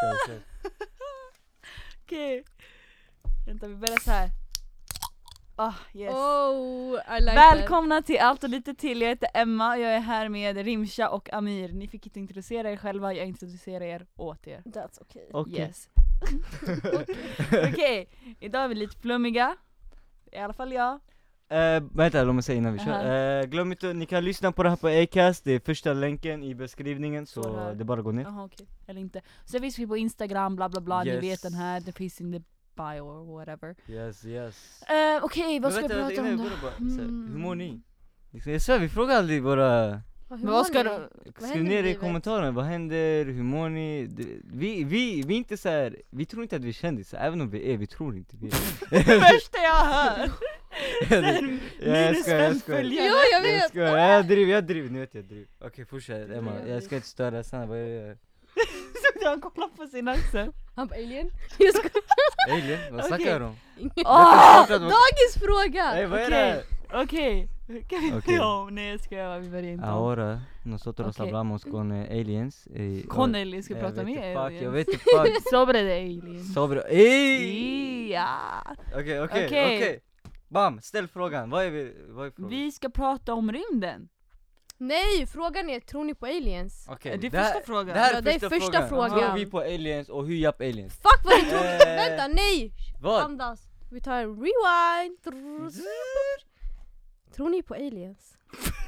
Kör. Okej. Vänta, vi börjar så här. Yes. Oh, I like Välkomna till Allt och lite till. Jag heter Emma, jag är här med Rimsha och Amir. Ni fick inte introducera er själva, jag introducerar er åt er. That's okay. Okej. Yes. Okej, idag är vi lite flummiga. I alla fall jag. Vänta, låt mig säga innan vi kör. Glöm inte, ni kan lyssna på det här på Acast. Det är första länken i beskrivningen, så det är bara att gå ner. Jaha, okej. Eller inte. Sen finns vi på Instagram, bla bla bla. Yes. Ni vet den här, det finns in the bio or whatever. Yes. Okej, vad ska jag prata om då? Hur mår ni? Jag svär, vi frågar aldrig våra... Men vad ska du... Skriv ner det i kommentarerna, vad händer, hur mår ni? Vi är inte så här, vi tror inte att vi är kändisar, även om vi tror inte vi är. Första jag hör! Minus 5 följare. Ja, jag vet! Jag driver, nu vet jag driver. Okej, fortsätt Emma, jag ska inte störa Sanna, vad jag gör. Så han kollar på sin axel. Han på alien? Alien, vad snackar du om? Dagens fråga! Nej, vad är det? Okej. Okej. Nej jag ska göra, vi börjar inte. Ahora, nosotros hablamos con aliens. Con aliens, ska prata med aliens. Jag vet inte, fuck. Sobre de aliens. Ja. Okej. Bam, ställ frågan. Vad är frågan? Vi ska prata om rymden. Nej, frågan är, tror ni på aliens? Okej, Det är första frågan. Det här är Ja, det är första frågan. Tror vi på aliens och hur japp aliens? Fuck vad ni tror! Vänta, nej! Vad? Andas. Vi tar en rewind. Tror ni på aliens?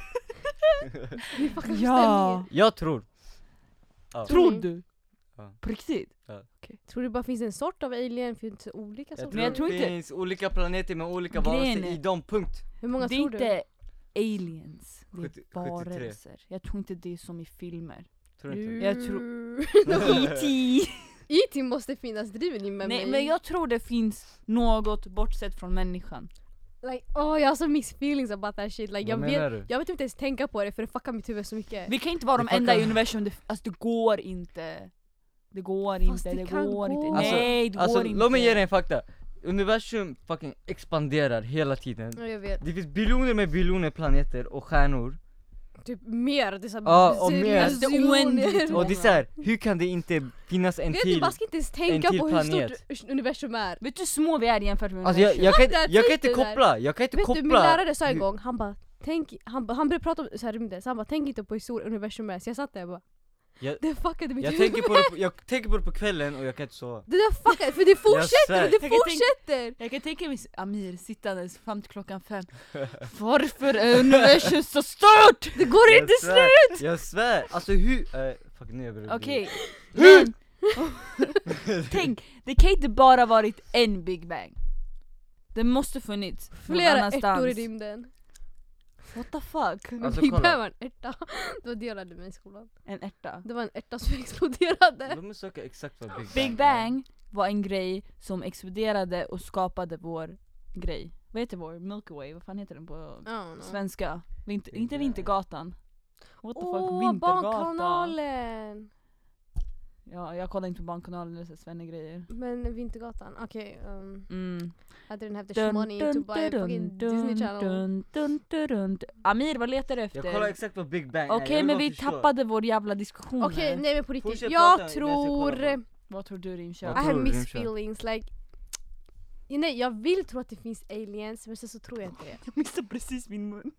Ni fucking Ja. Jag tror. Tror du? Ja. På riktigt? Tror du bara finns en sort av alien? Finns det olika Jag sorter? tror jag tror det inte- finns olika planeter med olika Grejen varelser är- i de punkt. Hur många Det är tror du? inte aliens. Det är 73. varelser. Jag tror inte det är som i filmer. Tror inte. Jag E.T. E.T. måste finnas, driven in med Nej, mig. men jag tror det finns något bortsett från människan. Like, jag har så mixed feelings about that shit. Like, Vad menar du? jag vet inte ens tänka på det för det fuckar mitt huvud så mycket. Vi kan inte vara de Det enda i fuckar- universum, det går inte. Det går Fast inte, det det kan går gå. inte. Alltså- Nej, det Alltså, går inte. låt mig ge dig en fakta. Universum fucking expanderar hela tiden. Ja, jag vet. Det finns biljoner planeter och stjärnor. Typ mer. Det är så Ja, och mer. Alltså, det är oändligt. Och det är så här, hur kan det inte finnas en Vet du, till? man ska inte ens tänka till på hur planet. stort universum är. Vet du hur små vi är jämfört med Alltså universum? jag kan Fuck inte, that, jag kan säg inte det där. koppla, jag kan inte Vet koppla. du, min lärare sa en hur- gång, han började prata om så här rymden, så han bara, tänk inte på hur stor universum är. Så jag satt där och bara, det fuckade mitt Jag huvud. tänker på det på kvällen och jag kan inte sova. Det där fuckade, för det fortsätter svär. och det Jag kan fortsätter! Jag kan tänka mig Amir sittandes fram till 5:00. Varför är universum så stort? Det går inte slut! Jag svär, alltså hur, fuck nu jag börjar bli- Okej, men tänk, det kan inte bara varit en Big Bang. Det måste funnits någon Flera annanstans. ettor i rymden. What the fuck? Alltså, Big kolla. Bang var en etta. Det var det jag lärde mig i skolan. En ärta. Det var en etta som exploderade. Låt mig söka exakt vad Big Bang var en grej som exploderade och skapade vår grej. Vad heter vår? Milky Way, vad fan heter den på svenska? Big Inte Bang. Vintergatan. What the fuck, Åh, Vintergatan? Barnkanalen! Ja, jag kollar inte på Barnkanalen, det är så Svenne-grejer. Men Vintergatan, okej. I didn't have the Dun, money dun, to buy a dun, fucking dun, Disney Channel. dun, dun, dun, dun. Amir, vad letar du Jag kollar efter? exakt vad Big Bang är. Okej, jag vill men bara vi förstå. tappade vår jävla diskussion Okej, här. nej men på riktigt. Fortsätt Jag prata medan jag tror... kollar på. Vad tror du, Rimsha? I Vad have tror du, mixed Rimsha? feelings, like... Nej, jag vill tro att det finns aliens, men sen så tror jag inte det. Jag missade precis min mun.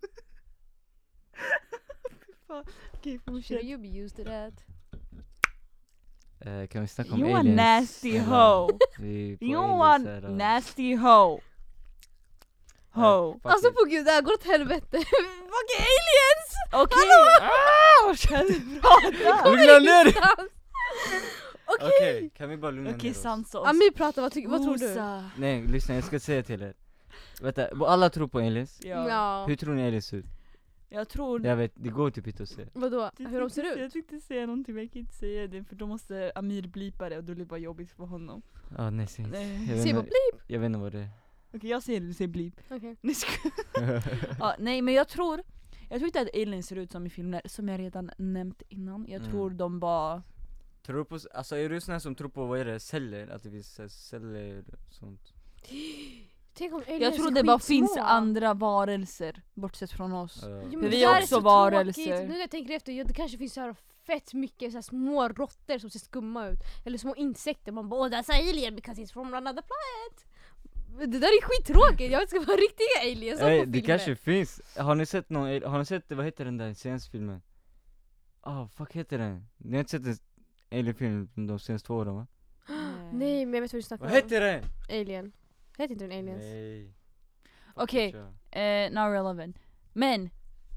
Okej, Should fortsätt. you be used to that? Kan vi snacka om You a aliens? nasty Eller- hoe. Vi på You aliens a här, nasty hoe. Hoe. fuck Alltså it. på gud, det här går åt helvete. Fucking aliens! Okej. Kan du prata? Lugna ner dig! Okej. Okej, kan vi bara lugna ner Okej, oss? sansa oss. Amir pratar, vad tror du? Gosa. Nej, lyssna, jag ska säga till er. Vänta, alla tror på aliens. Ja. Hur tror ni aliens ser ut? Jag tror... Jag vet, det går typ inte att se. Vadå? Hur de ser ut? Jag tänkte säga någonting men jag kan inte säga det för då måste Amir blipa det och då blir det bara jobbigt för honom. Nej, säg inte. Nej. Jag vet Se på inte- blip! Jag vet inte vad det är. Okej, jag säger det, du säger blip. Okej. Nej, ja, nej men jag tror inte att aliens ser ut som i filmer, som jag redan nämnt innan. Jag tror de bara... Tror du på, alltså är du sån här som tror på, vad är det, celler? Att det finns celler och sånt? Tänk om aliens Jag tror är det bara skitsmå. finns andra varelser bortsett från oss. Jo, För men vi det är där också så varelser. tråkigt. Nu när jag tänker efter, det kanske finns så här fett mycket så här små råttor som ser skumma ut. Eller små insekter. Man bara, that's alien because it's from another planet. Det där är skittråkigt. Jag ska vara riktiga aliens. Det kanske finns. Har ni sett vad heter den där senaste filmen? Fuck heter den? Ni har inte sett en alien-film de senaste 2 åren, va? Nej, men jag vet vad du snackar om. Vad heter den? Alien. Heter inte den Aliens? Nej. Okej, not relevant. Men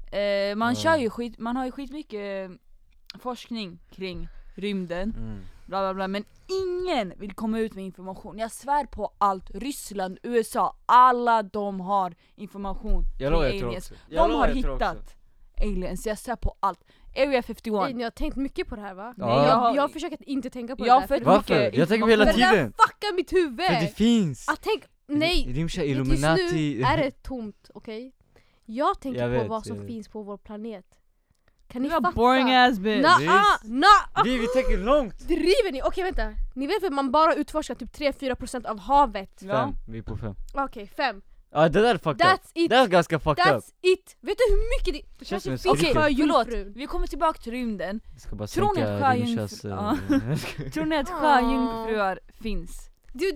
man har ju skitmycket forskning kring rymden, bla bla bla, men ingen vill komma ut med information. Jag svär på allt. Ryssland, USA, alla de har information kring aliens. De har hittat aliens, jag svär på allt. Area 51. Nej, ni har tänkt mycket på det här, va? Ja. Nej, jag försöker att inte tänka på Ja, det för där. Varför? Jag tänker på hela Men det där tiden. fuckar mitt huvud! För det finns. Tänk, nej! Rimsha Tills Illuminati. nu är det tomt, okej? Jag tänker Jag på vet, vad som jag vet. finns på vår planet. Kan ni You're a fatta? boring ass bitch. Vi tänker långt. Driver ni? Okej, vänta. Ni vet att man bara utforskar typ 3-4% av havet. Ja. 5, vi är på 5. Okej, 5. Det där är fucked That's up. it. Det är ganska fucked up. That's it. Vet du hur mycket det Känns kanske som en finns skrift. för Förlåt, jungfrun? vi kommer tillbaka till rymden. Jag ska bara Tror ni sänka att Rimshas... Tror ni att sjöjungfrur finns?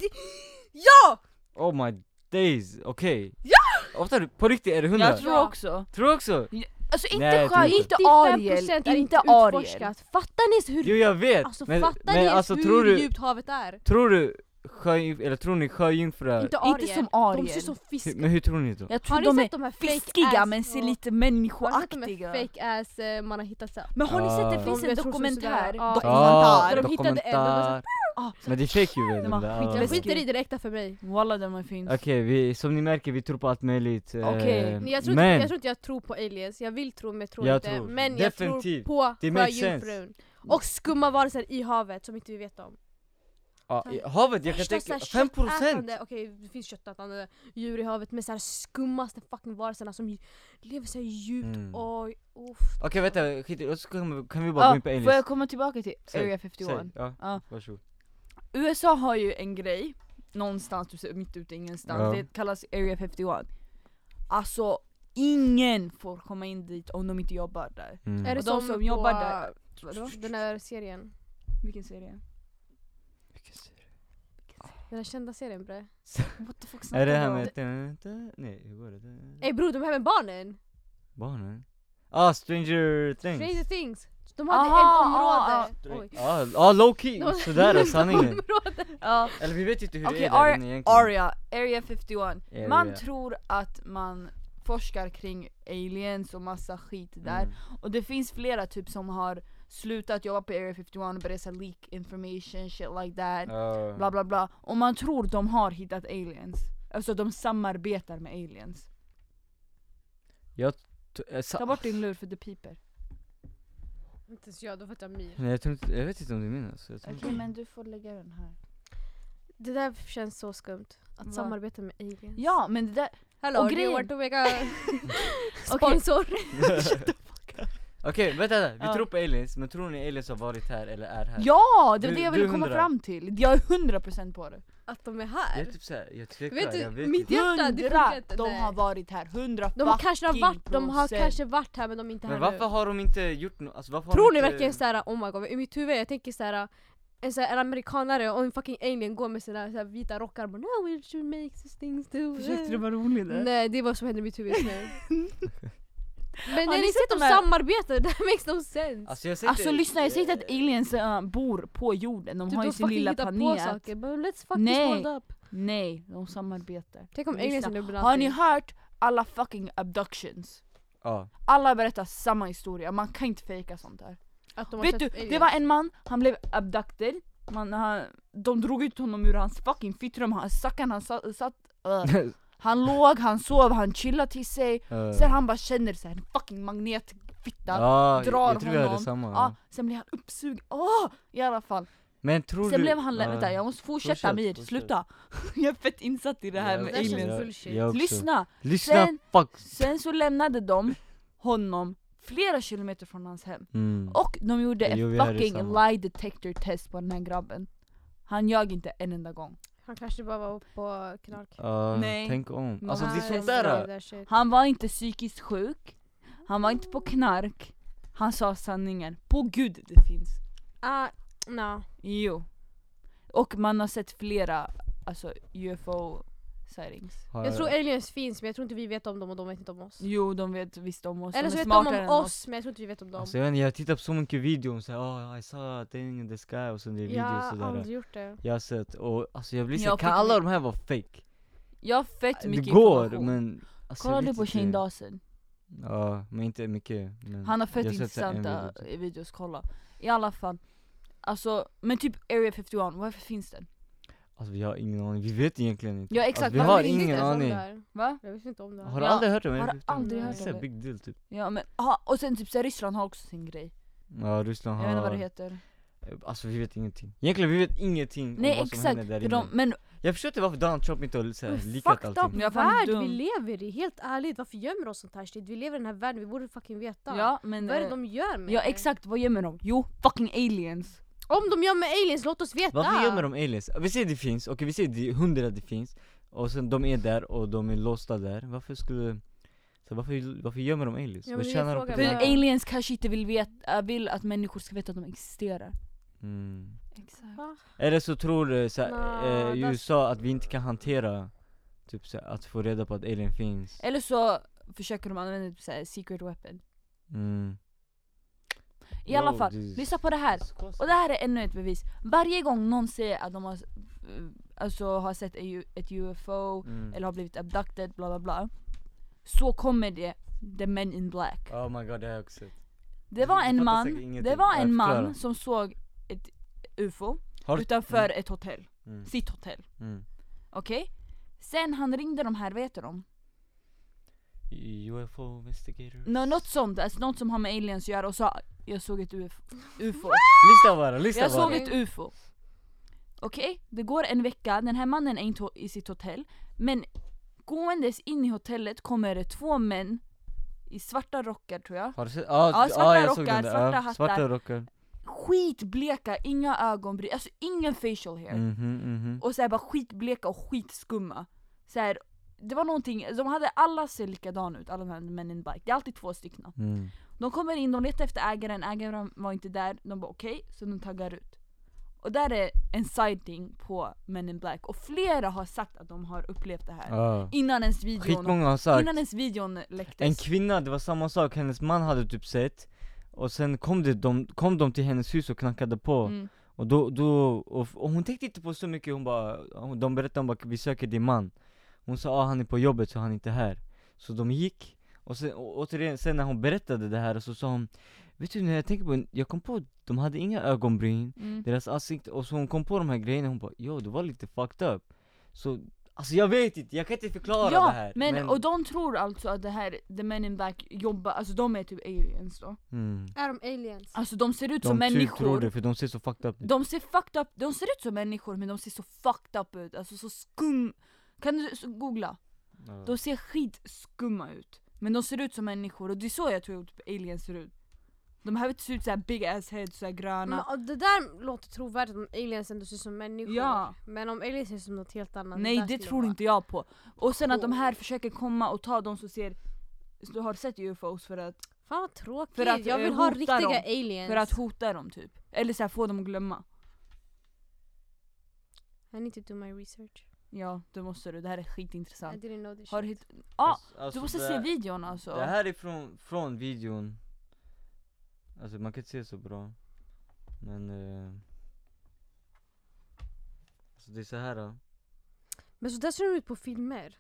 Ja! Oh my days, okej. Ja! Ofta på riktigt är det 100. Jag tror också. Tror också? Alltså inte Nej, sjö, inte. inte Ariel, 95% är inte Ariel. utforskat. Fattar ni hur, Jo, jag vet. alltså, men fattar ni alltså, hur djupt havet är? Tror ni sjöjungfrur? Inte Ariel. Inte som Ariel. De ser som fiskar. Men hur tror ni då? Jag Har tror ni de sett är de här fiskiga fake ass? men ser Ja. lite Har ni sett de människoaktiga. här fake ass man har hittat så här? Men har ni sett det finns De en vet dokumentär? sådär, ja. Dokumentär. Där de hittade en, de var Men det är fake ju väl? De var eller? skit- Ja. Jag skiter i det räkta för mig. Walla de finns. Okej, som ni märker, vi tror på allt möjligt. Okej. Men jag tror inte jag tror på aliens. Jag vill tro men jag tror Jag inte. tror. Men Definitivt. jag tror Det på makes sjöjungfrun. Och skumma varelser i havet som inte vi vet om. Ja, i havet, jag kan Värsta tänka så här 5%. köttätande- Okej, det finns köttätande djur i havet, men så här skummaste fucking varelserna som lever så här djupt. Oj, Okej, vänta, skit, så kan vi bara gå in på aliens. Får jag komma tillbaka till Säg, Area 51? Ja, varsågod. USA har ju en grej någonstans, du ser mitt ute ingenstans, Ja. det kallas Area 51. Alltså, ingen får komma in dit om de inte jobbar där. Är det Och de som jobbar där. Vadå? Den här serien. Vilken serie? Den här kända serien bre. What the fuck Är det här snackar du om? med... Nej, hur går det? Ey bror, de här med barnen. Barnen? Stranger Things. Stranger Things. De hade Aha, ett område. Oj. Low key, sådär är sanningen. Område. Ja. Eller vi vet inte hur Okej, det är där inne egentligen. Area 51. Area. Man tror att man forskar kring aliens och massa skit där. Och det finns flera typ som har slutat jobba på Area 51 och börjat så leak information, shit like that. Bla bla bla. Och man tror de har hittat aliens. Alltså de samarbetar med aliens. Ta bort din lur för det piper. Inte ens jag, då får jag mir. Nej, jag vet inte om det minns. Okej, men du får lägga den här. Det där känns så skumt. Att Va? samarbeta med aliens. Ja, men det där... Hallå, och do you grejen- want to make a sponsor? Okej, vänta, vi tror på aliens, men tror ni aliens har varit här eller är här? Ja, det var Du- det jag du ville komma 100. fram till. Jag är 100% på det. Att de är Jag här? är typ såhär, jag tvekar, Vet du, jag vet mitt inte. hjärta, det 100, funkar inte. de nej. har varit här. 100 De har kanske fucking varit, de har procent. kanske varit här men de är inte Men här varför nu. har de inte gjort något? Alltså, varför har Tror de ni inte... verkligen såhär, oh my god, i mitt huvud jag tänker såhär en amerikanare och en fucking alien går med sina såhär vita rockar och bara no we should make these things too. Försökte du vara rolig där? Nej, det var som hände i mitt huvud just nu. Men Har när ni ni sett sett de dem här- samarbetar, that makes no sense. Alltså, jag säger Alltså inte- lyssna, jag säger inte att aliens bor på jorden. De har ju sin lilla på planet. saker, but let's fuck Nej. this world up. Nej, de samarbetar. Tänk om Lyssna. aliens är Illuminati. Har ni hört alla fucking abductions? Ja. Alla berättar samma historia, man kan inte fejka sånt här. Att de har Vet sett du, aliens? det var en man, han blev abducted. De drog ut honom ur hans fucking fittrum, han satt han låg, han sov, han chillade till sig. Sen han bara känner sig en fucking magnetfitta, drar jag tror vi hade honom. samma. Ja, sen blir han uppsugen. I alla fall. Men tror Sen du... blev han vänta, jag måste fortsätta Fortsätt, Amir, fortsätt. sluta. Jag är fett insatt i det här med Det känns aliens. bullshit. Jag också. Lyssna, Lyssna, Sen- fuck! sen så lämnade de honom flera kilometer från hans hem. Och de gjorde Jo, vi en hade fucking samma. lie detector test på den här grabben. Han ljög inte en enda gång. Han kanske bara var på knark. Nej. Tänk om. Alltså det är Nej. sånt där. Han var inte psykiskt sjuk. Han var inte på knark. Han sa sanningen. På gud det finns. No. Jo. Och man har sett flera alltså UFO sightings. Jag tror aliens finns, men jag tror inte vi vet om dem och de vet inte om oss. Jo, de vet visst om oss. Eller så de är vet de smartare om än oss, men jag tror inte vi vet om dem. Alltså jag tittar på så mycket videor så I saw a thing in the sky och så det är Jag videos har sådär. aldrig gjort det. Jag har sett och alltså jag blir så Jag kan fick alla med- de här vara fake? Jag har fett Det mycket går information. men alltså, Kolla jag du vet på inte. Shane Dawson. Ja, men inte mycket. Men Han har fett jag har sett en intressanta video. videos, kolla. I alla fall. Alltså, men typ Area 51, varför finns den? Alltså vi har ingen aning, vi vet egentligen inte. Ja, exakt. Alltså, vi Varför har finns ingen inte ens om aning. det här. Va? Jag visste inte om det. Har du Ja, aldrig hört om det? har aldrig hört Det är om en det. big deal typ. Ja, men, och sen typ så här, Ryssland har också sin grej. Ja, Ryssland Jag vet inte vad har... det heter. Alltså vi vet ingenting. Egentligen vi vet ingenting om Nej, vad som exakt. händer där För inne. men Jag förstår inte varför Donald Trump inte har så här Men likat fucked up allting. Jag är fan värld dum. vi lever i, helt ärligt. Varför gömmer oss sånt här shit? Vi lever i den här världen, vi borde fucking veta. ja, men Vad är det de gör med ja, det? exakt. Vad gömmer de? Jo, fucking aliens. Om de gömmer aliens, låt oss veta! Varför gömmer de aliens? Vi säger det finns, okej vi säger det 100 det finns. Och sen de är där och de är låsta där. Varför skulle... Så varför gömmer de aliens? Ja, men Vad det är tjänar de på frågan. För det? Ja. aliens kanske inte vill att människor ska veta att de existerar. Mm. Exakt. Va? Eller så tror så här, Nah, i that's- USA att vi inte kan hantera typ så här, att få reda på att alien finns. Eller så försöker de använda typ så här secret weapon. Mm. I alla Yo, fall, this is- lyssna på det här. Och det här är ännu ett bevis. Varje gång någon säger att de har, alltså, har sett ett UFO Mm. eller har blivit abducted, bla bla bla, så kommer det The Men in Black. Oh my god, det har jag också sett. Det var Du en fattar man, säkert ingenting. det var Ja, en man förklara. som såg ett UFO Har du- utanför ett hotell. Mm. Sitt hotell. Mm. Okej? Sen han ringde de här, vet du de? UFO investigators. Något sånt, alltså något som har med aliens att göra och sa jag såg ett UFO. Lyssna bara, lyssna Jag bara. såg ett UFO. Okej, det går en vecka, den här mannen är inte i sitt hotell. Men gåendes in i hotellet kommer det 2 män i svarta rockar tror jag. Har du sett? Ja, svarta jag såg rockar, den där. svarta hattar. Svarta rockar. Skitbleka, inga ögonbryn, alltså ingen facial hair. Mhm. Och så här bara skitbleka och skitskumma. Så här, det var någonting, de hade alla ser likadana ut, alla de här Men in Black. Det är alltid 2 stycken. Mm. De kommer in, de letar efter ägaren var inte där. De bara okej, så de taggar ut. Och där är en sighting på Men in Black. Och flera har sagt att de har upplevt det här. Ja. Innan ens Skitmånga har sagt. innan ens videon läcktes. En kvinna, det var samma sak, hennes man hade typ sett. Och sen kom de till hennes hus och knackade på. Mm. Och och hon tänkte inte på så mycket, de berättade om att vi söker din man. Hon sa han är på jobbet så han är inte här. Så de gick, och sen återigen, sen när hon berättade det här så sa hon, vet du när jag tänker på, jag kom på, de hade inga ögonbryn, Mm. deras ansikte, och så hon kom på de här grejerna, hon bara, det var lite fucked up. Så, alltså jag vet inte, jag kan inte förklara det här. men och de tror alltså att det här, The Men in Black jobbar, alltså de är typ aliens då. Är de aliens? Alltså de ser ut de som typ människor. tror det, för de ser så fucked up ut. De ser fucked up, de ser ut som människor men de ser så fucked up ut, alltså så skum. Kan du googla? Ja. De ser skitskumma ut. Men de ser ut som människor och det är så jag tror typ aliens ser ut. De här ser ut såhär big ass heads, såhär gröna. Men, det där låter trovärdigt om aliens ändå ser som människor. Ja. Men om aliens ser som något helt annat. Nej där det skulle tror vara- inte jag på. Och sen att de här försöker komma och ta de som ser. Du har sett UFOs för att Fan vad tråkigt, För att, jag vill ha hota riktiga dem. aliens. För att hota dem typ. Eller så här, få dem att glömma. I need to do my research. Ja, det måste du. Det här är I skitintressant. didn't know this Har du shit. hitt... Ja, Alltså, du måste det- se videon alltså. Det här är från videon. Alltså man kan inte se så bra. Men alltså det är så här då. Men så där ser de ut på filmer.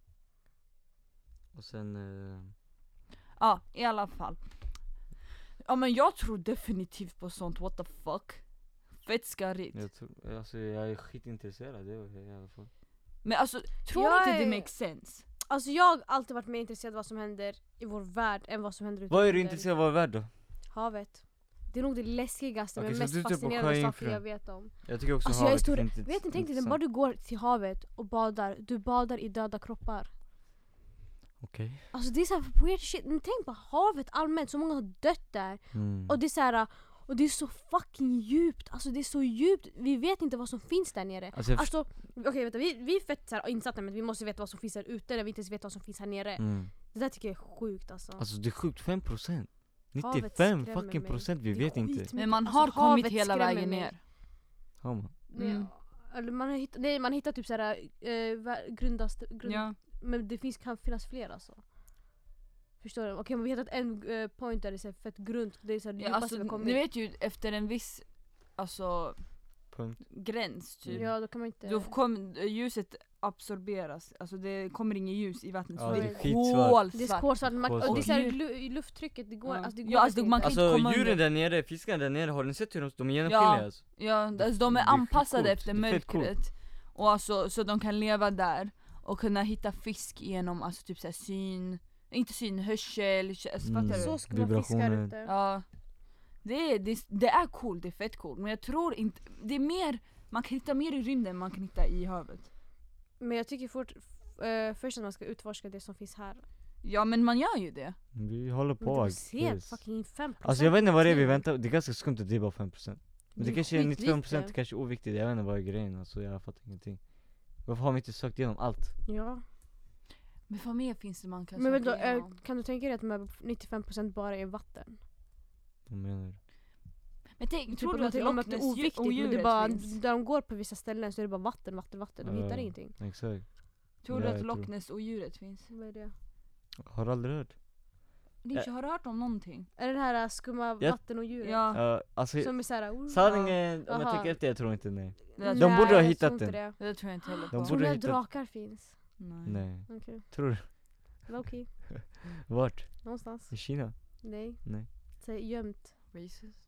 Och sen Ja, i alla fall. Ja men jag tror definitivt på sånt, what the fuck. Fett skarrigt. jag är skitintresserad det i alla fall. Men alltså, tror Jag inte det är- makes sense? Alltså jag har alltid varit mer intresserad av vad som händer i vår värld än vad som händer utanför Vad är du den. intresserad av värld då? Havet. Det är nog det läskigaste Okej, men så mest du typ fascinerande Sjöjungfrun. saker jag vet om. Jag tycker också Alltså jag är havet stor, är fint- vet ni, tänk dig intressant. bara du går till havet och badar, du badar i döda kroppar. Okej. Alltså det är så här weird shit, men tänk på havet allmänt, så många har dött där. Mm. Och det är så här, och det är så fucking djupt, alltså det är så djupt, vi vet inte vad som finns där nere. Alltså, Alltså okej vänta, vi är fett så här insatta men vi måste veta vad som finns där ute när vi inte ens vet vad som finns här nere. mm. Det där tycker jag är sjukt alltså. Alltså det är sjukt, 5%. 95 fucking procent, vi vet inte. Men man har kommit hela vägen ner. Har man? Eller man har hittat typ såhär men det kan finnas fler alltså. Förstår du? Okej, men vi har hittat en point där det är fett grund. Det är så här, alltså, ni vet ju efter en viss alltså gräns typ. Ja, då kan man inte. Då kommer ljuset absorberas. Alltså det kommer inget ljus i vattnet. Ja, så det det är är skitsvart. kolsvart. Det är kolsvart. Och det är så här, lufttrycket det går Ja. alltså det går Ja, alltså, man kan inte komma djuren under. där nere, fiskarna där nere, har ni sett hur de är genomskinliga alltså? Ja, alltså, de Det är är anpassade skitcoolt. efter Det är fett mörkret. Och alltså, så de kan leva där och kunna hitta fisk genom alltså typ så här syn, inte syn, hörsel, alltså, fattar du? så skulle man fiskar ute. Ja. Det är coolt, det är fett coolt, men jag tror inte det är mer, man kan hitta mer i rymden än man kan hitta i havet. Men jag tycker först att man ska utforska det som finns här. Ja, men man gör ju det. Vi håller Men på. du ser fucking 5%. Alltså jag vet inte vad det är vi väntar, det är ganska skumt att det är bara 5%. Men det är kanske är skitlite. 95%, det kanske är oviktigt, jag vet inte vad är grejen, alltså jag fattar ingenting. Varför har vi inte sökt igenom allt? Ja. Men vad mer finns det man kan Men söka vänta, igenom? kan du tänka dig att de här 95% bara är vatten? Vad menar du? Men tänk, Typ tror om du att det är oviktigt, men det är bara, finns? där de går på vissa ställen så är det bara vatten. De hittar ingenting. Exakt. Tror du Ja, att jag Loch tror. Ness och djuret finns? Vad är det? Har du aldrig hört? Har du hört om någonting? Är det här skumma Ja. vatten och djuret? Ja, Alltså Som är såhär... sanningen, om jag Aha. tänker efter, jag tror inte nej. det De borde ha jag hittat tror inte den. det. det tror jag inte heller De på. borde Tror du ha att hittat. drakar finns? Nej. Okej. Tror du? Low-key. Vart? Någonstans. I Kina? Nej. Nej. Så gömt. Racist.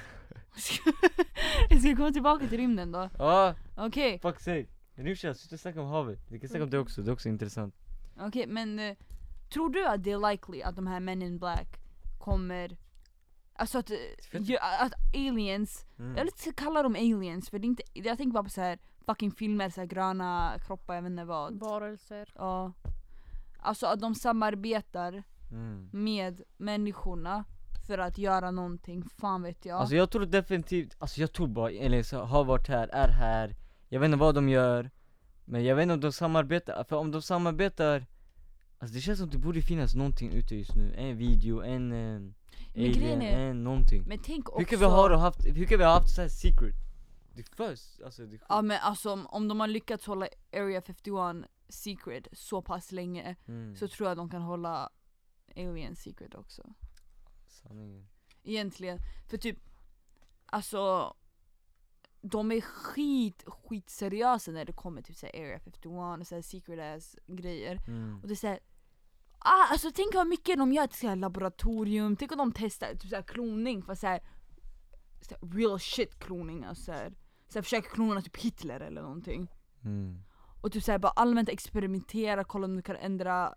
Jag ska komma tillbaka till rymden då. Ja, Okej, fuck sake. Nu känns sluta snacka om havet. Vi kan snacka om det också, det är också intressant. okej, men tror du att det är likely att de här Men in Black kommer, alltså att, att aliens, jag vill inte kalla dem aliens för det är inte, jag tänker bara på så här fucking filmer, så här gröna kroppar, jag vet inte vad. Varelser. Ja. Alltså att de samarbetar Mm. med människorna för att göra någonting, fan vet jag. Alltså jag tror definitivt, alltså jag tror bara aliens har varit här, är här. Jag vet inte vad de gör, men jag vet inte om de samarbetar, för om de samarbetar, alltså det känns som det borde finnas någonting ute just nu. En video, en alien, en någonting. Men tänk också, Hur kan vi ha haft så här secret? Det först, alltså det ja men alltså om de har lyckats hålla Area 51 secret så pass länge, så tror jag de kan hålla Alien secret också. Sanningen. Egentligen, för typ, alltså de är skitseriösa när det kommer till så här Area 51 och så här secret ass grejer. Och det är så här, alltså tänk vad mycket de gör till så här laboratorium. Tänk om de testar typ så här kloning för så här real shit kloning, alltså så här försöker klona typ Hitler eller någonting. Och typ så här bara allmänt experimentera, kolla om du kan ändra.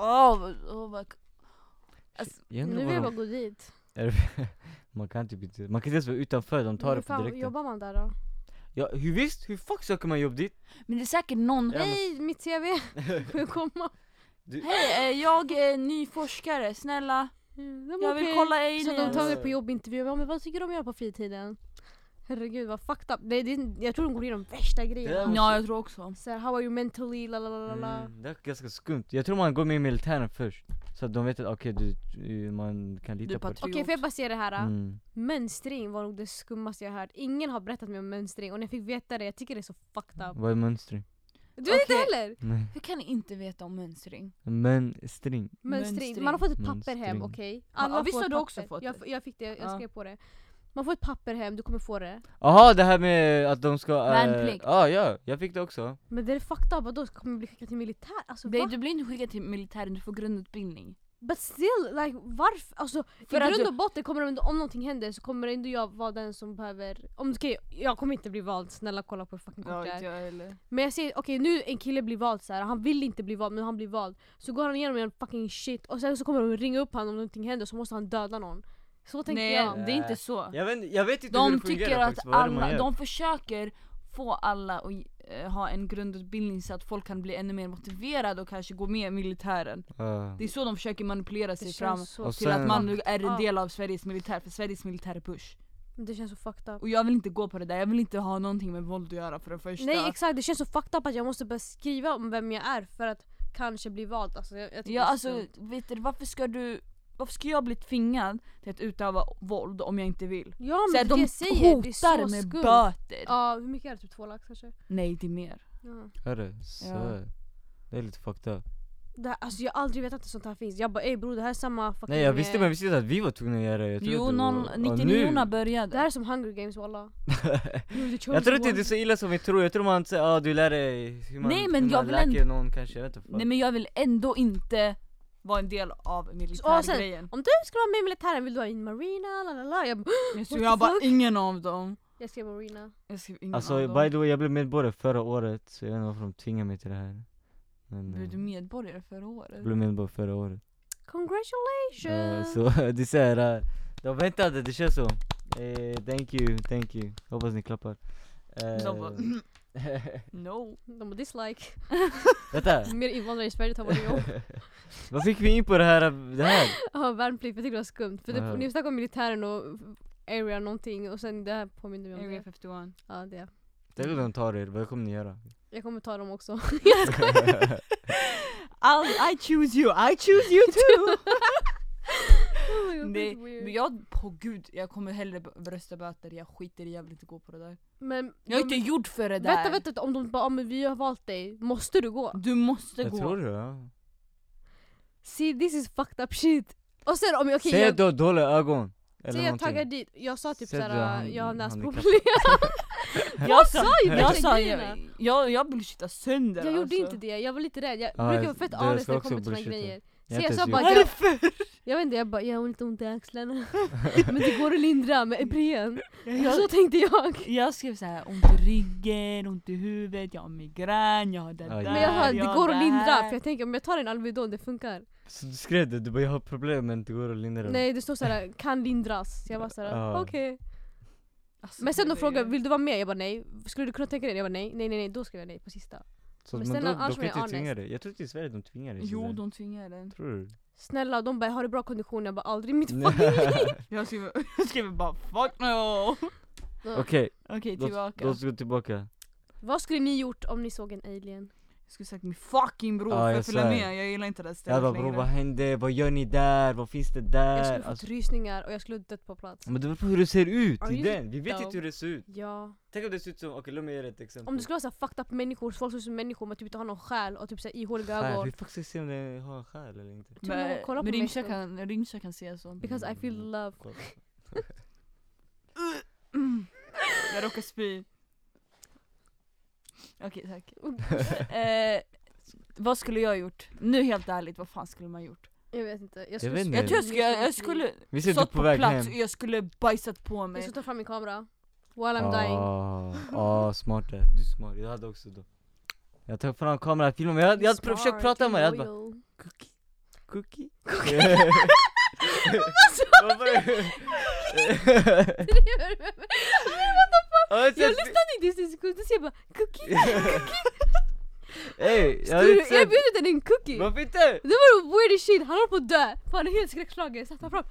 Alltså, Nu vill jag bara gå dit. Man kan inte ens vara utanför, de tar det på direkt. Jobbar man där då? Ja, hur fuck söker man jobb dit? men det är säkert någon. Hej, mitt CV! Får jag komma? Hej, jag är ny forskare, snälla. Jag vill kolla aliens. Så de tar mig på jobbintervju. Ja, men vad tycker de gör på fritiden? Herregud, vad fucked up. Jag tror de går igenom värsta grejerna. Ja, jag tror också. Så här, how are you mentally, lalalala. Det är ganska skumt. Jag tror man går med i militären först, så att de vet att okej, man kan lita på det. Okej, får jag bara säga det här? Mönstring var nog det skummaste jag hört. Ingen har berättat mig om mönstring, och när jag fick veta det, jag tycker det är så fucked up. Vad är mönstring? Du vet inte heller? Nej. Hur kan ni inte veta om mönstring? Mönstring. Mönstring. Man har fått ett papper hem, Mönstring. okej? Alla visst får har ett du också papper. fått det? Jag fick det, jag skrev på det. Man får ett papper hem, du kommer få det. Jaha, det här med att de ska... Värnplikt. Ja, jag fick det också. Men det är fucked up, vadå? Ska man bli skickad till militär? Alltså va? Du blir inte skickad till militären, du får grundutbildning. But still, like varför? Alltså För i att grund och botten kommer de, om någonting händer så kommer ändå jag vara den som behöver. Jag kommer inte bli vald, snälla kolla på hur fucking kort det är. Men jag säger, okej, nu en kille blir vald så här. Han vill inte bli vald, men han blir vald. Så går han igenom en fucking shit, och sen så kommer de ringa upp honom om någonting händer, så måste han döda någon. Så tänker jag. Nej, det är inte så. Jag vet inte hur De det tycker fungerar att faktiskt. Vad är det man alla, gör? de försöker få alla att ha en grundutbildning så att folk kan bli ännu mer motiverade och kanske gå med i militären. Det är så de försöker manipulera sig fram till att man är en del av Sveriges militär, för Sveriges militär är push. Det känns så fucked up. Och jag vill inte gå på det där, jag vill inte ha någonting med våld att göra för det första. Nej exakt, det känns så fucked up att jag måste beskriva om vem jag är för att kanske bli vald. Alltså, jag tycker ja, alltså vet du, varför ska du varför ska jag bli tvingad till att utöva våld om jag inte vill? Ja, så men de det säger, det är så hotar med skumt. böter. Ja, hur mycket är det? Typ 2 lax kanske? Nej, det är mer. Ja. Är det? Så Ja. det är lite fucked up. Det här, alltså jag har aldrig vetat att sånt här finns. Jag bara ey bror, det här är samma fucking... Nej jag visste, men visste inte att vi var tvungna att göra det. Jag trodde Jo, det var- 99 började. Det här är som Hunger Games walla. Jag tror inte det är så illa som vi tror. Jag tror man säger du lär dig hur man, Nej, men hur jag man vill läker någon kanske, jag vet inte. Nej, men jag vill ändå inte vara en del av militärgrejen. Om du ska vara med i militären, vill du ha in marina, lalala. Jag bara ingen av dem. Jag skrev marina. Jag skrev ingen Alltså av dem. by the way, jag blev medborgare förra året. Så jag vet inte varför de tvingar mig till det här. Men, Blev du medborgare förra året? jag blev medborgare förra året. Congratulations! Så det säger de väntade, det känns så. Thank you. Hoppas ni klappar. De bara, no. De har dislike. Vänta. Mer invandrare i Sverige tar vad jobb. Vad fick vi in på det här? Ja, värnplikt, jag tycker det var skumt. För Ja. ni snackade om militären och area någonting och sen det här påminner mig om Area det. 51. Ja, det. Det är de tar er, vad kommer ni göra? Jag kommer ta dem också. I choose you too. Oh my God, Nej, that's weird. men jag, på gud, jag kommer hellre rösta böter. Jag skiter i jävligt inte gå på det där. Men Jag har inte gjort för det där. vänta, om de bara, men vi har valt dig, måste du gå? Du måste Jag gå. tror det, ja. See, this is fucked up shit. Och sen om Säg jag att du har dåliga ögon. Eller säg jag någonting. taggar dit, jag sa typ Säg att du såhär, har jag har näsproblem. Jag sa ju jag värsta sa grejerna. jag bullshittar sönder. Jag gjorde alltså. inte det, jag var lite rädd. Jag Ja, brukar vara fett det honest ska när det också kommer till såna bullshitta. grejer. Jag Så har jag sa inte bara, ens jag vet inte, jag bara, jag har lite ont i axlarna. Men det går att lindra med Ipren. Så tänkte jag. Jag skrev såhär, ont i ryggen, ont i huvudet, jag har migrän, jag har det där. Men jag sa, det går att lindra. där. För jag tänker, om jag tar en Alvedon, det funkar. Så du skrev det, du bara jag har problem men det går att lindra. Nej, det står såhär, kan lindras. Så jag var såhär, Ja. okej. Alltså, Men sen de det- frågade, vill du vara med? Jag bara nej. Skulle du kunna tänka dig det? Jag bara nej, då skrev jag nej på sista. Så, Men men sen då, annars de var kan jag inte tvinga honest. dig. Jag tror inte i Sverige de tvingar dig. Jo, sådär. de tvingar den. Tror du? Snälla, de bara, har du bra kondition? Jag bara, aldrig i mitt Nej. fucking liv. Jag skriver bara fuck no. Okej, Okej, låt tillbaka. oss gå tillbaka. Vad skulle ni gjort om ni såg en alien? Jag skulle sagt min fucking bror, Ja, för jag att följa svär. med, jag gillar inte det Jag stället bara bror, vad längre. hände? Vad gör ni där? Vad finns det Jag där? skulle fått Alltså, rysningar och jag skulle dött på plats. men det beror på hur det ser ut Are i you den. Vi vet dumb? inte hur det ser ut. Ja. Tänk om det ser ut som, okej låt mig ge dig ett exempel. Om det skulle vara så här fucked up människor, folk som ser ut som människor men typ inte har någon själ och typ så här ihåliga Själ, ögon. hur fuck ska jag se om det har en själ eller inte? Men, Kolla på men mig, Rimsha kan se så. Because I feel love. Kolla. Jag råkar spy. Okej, tack. Vad skulle jag gjort? Nu helt ärligt, vad fan skulle man gjort? Jag vet inte. Jag vet inte. Jag tror jag skulle Vi ser stått du på på väg plats hem. och jag skulle bajsat på Jag mig. ska ta fram min kamera. While I'm dying. Smart där. Du är smart, jag hade också då. Jag tog fram kameran, filmade, jag hade Smart, försökt prata med dig, jag hade bara loyal. Cookie? Jag lyssnade inte ens en sekund, så jag bara cookie. Ey, jag Du hade inte erbjuder den en cookie. varför inte? Det var the weirdest shit, han håller på att dö. Han är helt skräckslagen, satt han fram.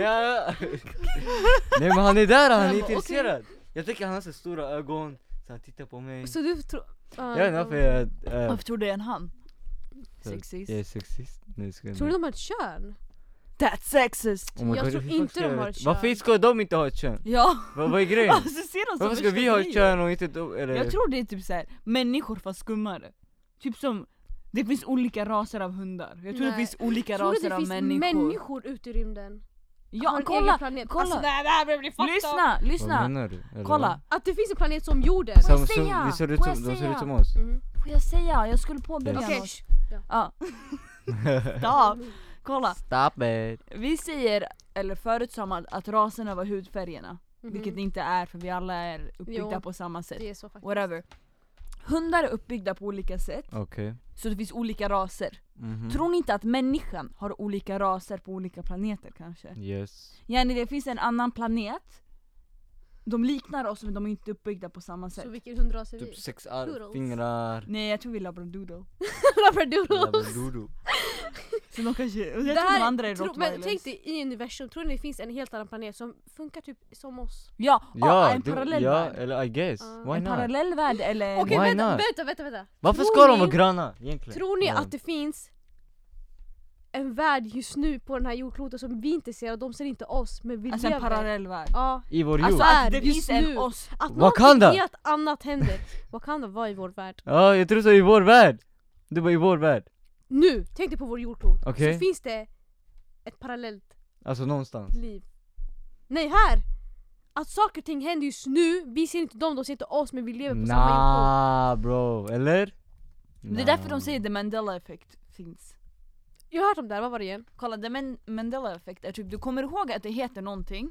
Nej men han är där, han är bara, intresserad. Jag tänker han har så stora ögon, så han tittar på mig. Så du tror... Jag vet inte varför jag... Varför tror du det är en han? Sexist. Jag är sexist. Nej, ska jag Tror du inte. de har ett kön? That's sexist. Oh my Jag God, tror hur fan inte ska de jag har veta? ett Varför kön. ska de inte ha ett kön? Ja. Vad är grejen? Alltså ser de som Varför ska värsta vi ha ett grejer? kön och inte de? Eller? Jag tror det är typ såhär, människor fast skummare. Typ som, det finns olika raser av hundar. Jag tror det Nej. finns olika Tror du raser det av finns människor. människor ute i rymden? Har Ja, en kolla, egen planet? kolla. Alltså, det här börjar bli fucked up. Lyssna, Vad lyssna. menar du? Eller Kolla. Att det finns en planet som jorden. Får Som, jag som, säga? vi ser ut Får som, jag de ser säga? ut som oss. Mhm. Får jag säga? Jag skulle påbörja Okej, något. sh- Ja. Stop. Kolla, Stop it. vi säger, eller förut sa man att raserna var hudfärgerna. Mhm. Vilket det inte är, för vi alla är uppbyggda Jo. på samma sätt. Det är så faktiskt. Whatever. Hundar är uppbyggda på olika sätt, Okej. så det finns olika raser. Mhm. Tror ni inte att människan har olika raser på olika planeter kanske? Yes. Yani det finns en annan planet. De liknar oss men de är inte uppbyggda på samma sätt. Så vilken hundras är vi? Typ 6 Doodles. fingrar. Nej, jag tror vi är labradoodle. Labradoodles. Labradoodle. Så de kanske, jag Det tror här de andra är men rottweilers. tänk dig i universum, tror ni det finns en helt annan planet som funkar typ som oss? Ja, en det- parallell ja, värld. eller I guess. Ah. Why En not? parallell värld eller... Okej, Why vänta, not? vänta. Varför Tror ska de ni- vara gröna egentligen? Tror ni Ja. att det finns en värld just nu på den här jordkloten som vi inte ser och de ser inte oss men vi Alltså lever. en parallell värld. Ja. I vår jord. Alltså att det Just finns nu. en oss. Att Wakanda! någonting helt annat händer. Wakanda var i vår värld. Ja, jag tror så i vår värld. Det var i vår värld. Nu, tänk dig på vår jordklot. Okej. Så finns det ett parallellt Alltså någonstans. liv. Nej, här! Att saker och ting händer just nu, vi ser inte dem, de ser inte oss men vi lever på samma jordklot. Nah bro, eller? Det är därför de säger the Mandela effect finns. Jag har hört om det här, vad var det igen? Kolla, the Mandela effect är typ, du kommer ihåg att det heter någonting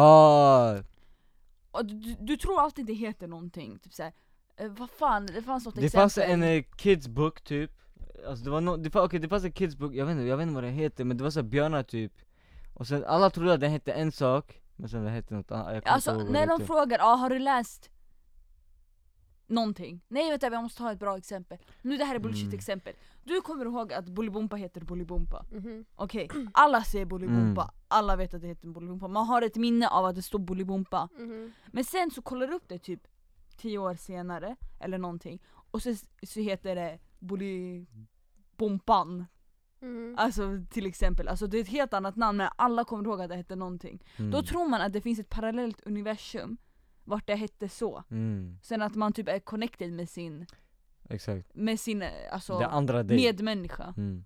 och du tror alltid det heter någonting. Typ såhär, vad fan, det fanns något det exempel. fanns en kids book typ. Alltså det var det fanns en kids book, jag vet inte vad det heter, men det var så björnar typ. Och sen alla trodde att den hette en sak, men sen det hette något annat. Alltså när de frågar, har du läst någonting? Nej vänta, jag måste ta ett bra exempel. Nu det här är bullshit exempel. Du kommer ihåg att Bolibompa heter Bolibompa. Okej, alla säger Bolibompa. Alla vet att det heter Bolibompa. Man har ett minne av att det står Bolibompa. Men sen så kollar du upp det typ 10 år senare eller någonting. Och så heter det Bolibompan. Alltså till exempel, alltså det är ett helt annat namn men alla kommer ihåg att det heter någonting. Då tror man att det finns ett parallellt universum vart det hette så. Sen att man typ är connected med sin alltså det andra medmänniska.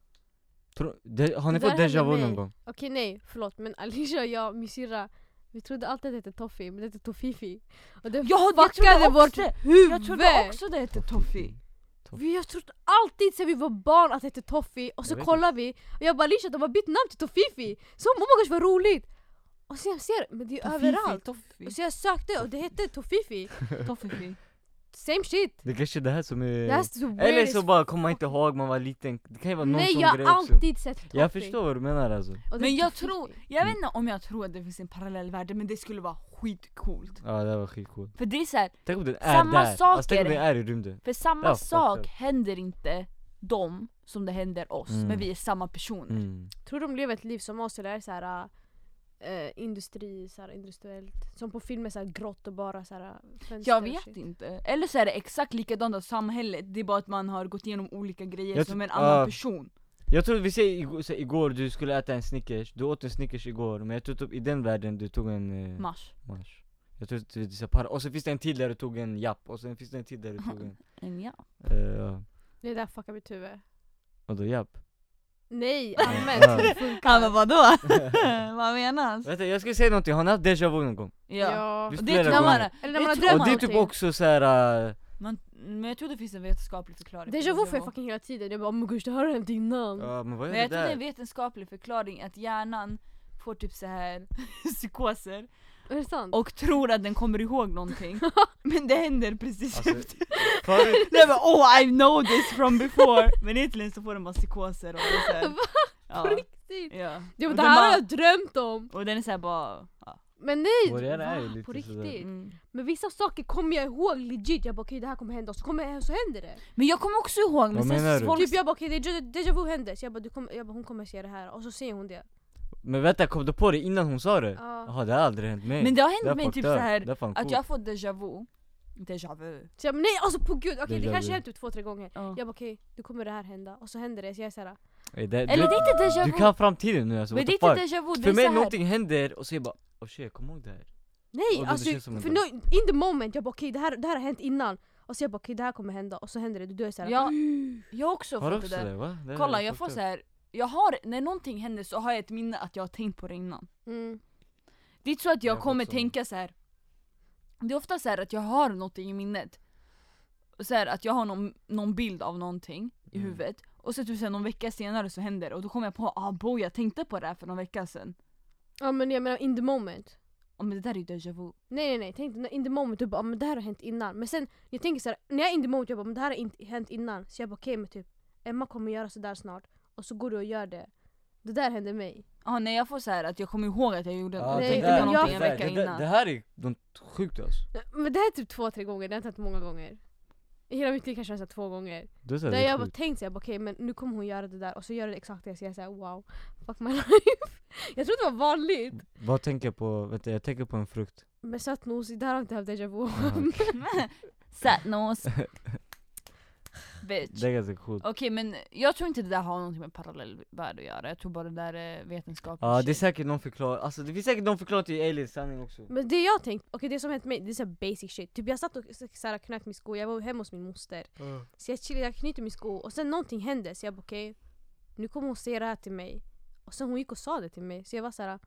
Har ni fått déjà vu någon gång? Okej, nej, förlåt, men Alicia och jag, min syrra, vi trodde alltid att det hette Toffee, men det hette Toffifi. Och det fuckade vårt huvud. Jag trodde också det hette Toffee. Vi har trott alltid sen vi var barn att det hette Toffee. Och så kollar vi och jag bara, Alicia, de har bytt namn till Toffifi. Så oh my gosh, vad roligt. Och sen jag ser, men det är Toffifi, överallt. Toffee. Och så jag sökte och det hette Toffifi. Toffifi. Same shit. Det kanske är det här som är... Eller så bara kommer man inte ihåg, man var liten. Det kan ju vara någon nej, sån jag grej har också. alltid sett Toffee. Jag förstår vad du menar alltså. Men jag vet inte om jag tror att det finns en parallell värld, men det skulle vara skitcoolt. Ja, det var skitcoolt. För det är så här, tänk om den är samma där. sak Alltså, tänk om den är i rymden. För samma sak händer inte dem som det händer oss, men vi är samma personer. Tror de lever ett liv som oss eller är det så här industriellt som på filmer så här grått och bara så här fönster. Jag vet inte. Eller så är det exakt likadant av samhället. Det är bara att man har gått igenom olika grejer som en annan person. Jag tror vi säger igår du skulle äta en Snickers. Du åt en Snickers igår, men jag tror typ i den världen du tog en Mars. Jag tror det är par. Och så finns det en till där du tog en japp. Och sen finns det en till där du tog en japp. Det där fuckar mitt huvud. Och då japp. Nej, allmänt. Ja, men vadå? Vad menas? Vänta, jag ska säga någonting. Har ni haft déjà vu någon gång? Ja. Visst, Det är när man har drömt. Och det är typ också så här. Men jag tror det finns en vetenskaplig förklaring. Déjà vu får jag fucking hela tiden. Jag bara, oh my gosh, det har hänt innan. Ja, men vad är men jag det tror det är där? en vetenskaplig förklaring att hjärnan får typ så här psykoser. Är det sant? Och tror att den kommer ihåg någonting. Men det händer precis Alltså, efter. Det är bara, I know this from before. Men egentligen så får den bara psykoser och det är så här, på riktigt? Ja. Det här har jag drömt om. Och den är så här bara, ja. Men nej, lite på riktigt. sådär. Men vissa saker kommer jag ihåg legit. Jag bara okej, det här kommer hända och så händer det. Men jag kommer också ihåg. Men vad menar du? Typ jag bara okej, déjà vu hände. Så jag bara hon kommer se det här. Och så säger hon det. Men vänta, kom du på det innan hon sa det? Ja. Jaha, det har aldrig hänt mig. Men det har hänt mig typ så här att jag har fått déjà vu. Så jag bara, nej alltså på gud, okej det Déjà kanske vu. hänt typ 2-3 gånger. Jag bara okej, nu kommer det här hända. Och så händer det, så jag är såhär. Eller det är inte déjà vu. Du kan framtiden nu alltså. Men det är inte déjà vu, det för är mig så här. någonting händer och så jag bara, oh shit, jag kommer ihåg det här. Nej, Och alltså det känns som en för dag. in the moment, jag bara okej det här har hänt innan. Och så jag bara okej det här kommer hända. Och så händer det, du dör såhär. Jag har också Har du fått också det där. det, va? Det Kolla, är jag får fucked så up. här. När någonting händer så har jag ett minne att jag har tänkt på det innan. Det är inte så att jag Jag kommer också. tänka så här. Det är ofta så här att jag har någonting i minnet. Så här, att jag har någon bild av någonting i huvudet. Och så typ så här, någon vecka senare så händer det. Och då kommer jag på, jag tänkte på det här för någon vecka sedan. Ja men jag menar in the moment. Men det där är ju déjà vu. Nej, tänk in the moment, du bara men det här har hänt innan. Men sen, jag tänker såhär, när jag är in the moment, jag bara men det här har inte hänt innan. Så jag bara okej, men typ Emma kommer göra sådär snart. Och så går du och gör det. Det där hände mig. Nej, jag får så här att jag kommer ihåg att jag gjorde Ja, jag det tänkte där- på någonting jag- en vecka det innan. Det här är något sjukt alltså. Men det här är typ 2-3 gånger, det har inte hänt många gånger. I hela mitt liv kanske jag har sagt 2 gånger. Det är så här, Där det är jag bara sjukt. tänkt såhär, okej men nu kommer hon göra det där. Och så gör det exakt det, så jag säger wow, fuck my life. Jag trodde det var vanligt. Vad tänker jag på? Vänta, jag tänker på en frukt. Men sötnos, det här har inte haft déjà vu. Sötnos. Bitch. Det är ganska coolt. Okej, men jag tror inte det där har någonting med parallellvärld att göra. Jag tror bara det där är vetenskapligt. Ja, det är säkert någon förklaring. Alltså det finns säkert någon förklaring till aliens sanning också. Men det jag tänkt, okej det som hänt mig, det är så basic shit. Typ jag satt och såhär knöt min sko, jag var hemma hos min moster. Så jag knyter min sko och sen någonting hände så jag bara okej, nu kommer hon säga det här till mig. Och sen hon gick och sa det till mig, så jag var såhär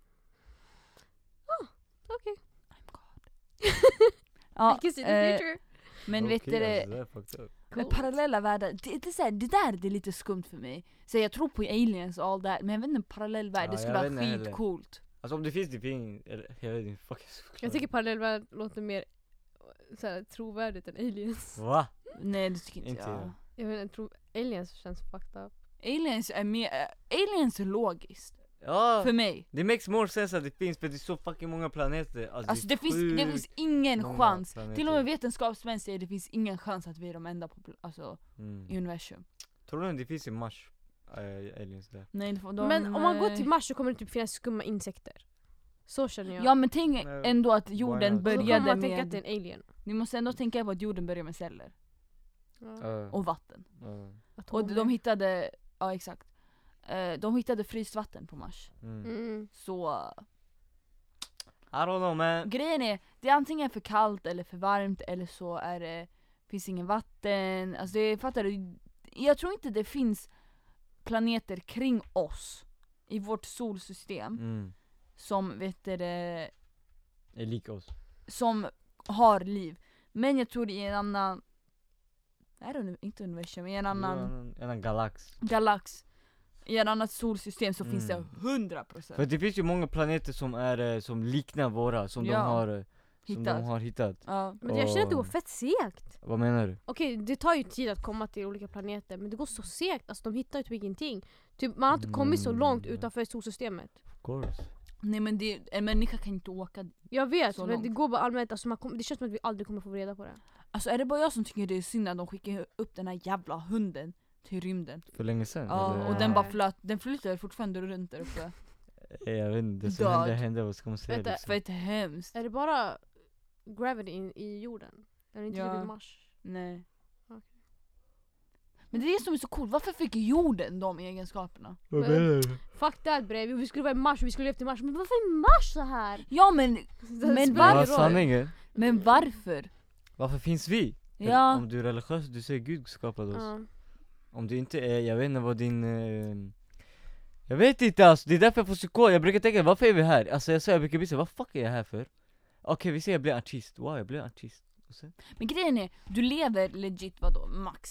okej. I'm God. Ja, I can see the future. men vet du det, är fucked up. med parallella världar, det är så här, det där det är lite skumt för mig. Så jag tror på aliens och all that, men jag vet inte, en parallell värld, Ja, det skulle jag vara vet inte heller. skitcoolt. Alltså om det finns det finns, eller jag vet inte, fucking Jag tycker parallellvärld låter mer såhär trovärdigt än aliens. Va? Nej, det tycker inte Inte jag. jag. Jag vet inte, aliens känns fucked up. Aliens är mer, aliens är logiskt. Ja, För mig. det makes more sense att det finns, för det är så fucking många planeter. Alltså det finns sjukt ingen många chans. planeter. Till och med vetenskapsmän säger det finns ingen chans att vi är de enda i universum. Tror du det finns i Mars? Aliens där. Nej, Men om man går till Mars så kommer det typ finnas skumma insekter. Så känner jag. Ja, men tänk Nej, ändå att why jorden not? så kommer började man tänka att det med... är en alien. Ni måste ändå tänka på att jorden började med celler och vatten. Och Atomer. de hittade, ja exakt. De hittade fryst vatten på Mars. Så I don't know man. grejen är, det är antingen för kallt eller för varmt, eller så är det, finns ingen vatten. Alltså det, fattar du? Jag tror inte det finns planeter kring oss i vårt solsystem som vet det, Är lika oss. som har liv. Men jag tror i en annan, inte universum, i en annan galax, i ett annat solsystem så finns det 100%. För det finns ju många planeter som är som liknar våra, som de har hittat. Ja. Men jag känner att det går fett segt. Vad menar du? Okej, det tar ju tid att komma till olika planeter, men det går så segt. Alltså de hittar ju typ ingenting. Typ, man har inte kommit så långt utanför solsystemet. Of course. Nej, men en människa kan inte åka. Jag vet, så men långt. det går bara allmänt. Alltså det känns som att vi aldrig kommer få reda på det. Alltså är det bara jag som tycker det är synd att de skickar upp den här jävla hunden till rymden? För länge sedan? Ja, eller? och den bara den flyttar fortfarande runt där uppe. Jag vet inte, det som Död. hände, vad ska man säga Vänta, liksom? Fett hemskt. Är det bara gravity i jorden? Är det inte Ja. typ i Mars? Nej. Okej. Men det är det som är så coolt. Varför fick jorden de egenskaperna? Vad menar du? Fuck that bre, vi skulle vara i Mars, vi skulle leva till Mars. Men varför är Mars så här? Ja, men spelar Vad ingen är roll. sanningen? men varför? Varför finns vi? Ja. Om du är religiös, du säger Gud skapade oss. Ja. Om du inte är, jag vet inte vad din... jag vet inte alltså, det är därför jag får psykos. Jag brukar tänka, varför är vi här? Alltså jag brukar bli så, vad fuck är jag här för? Okej, vi säger jag blir artist. Wow, jag blir artist. Och sen? Men grejen är, du lever legit vadå?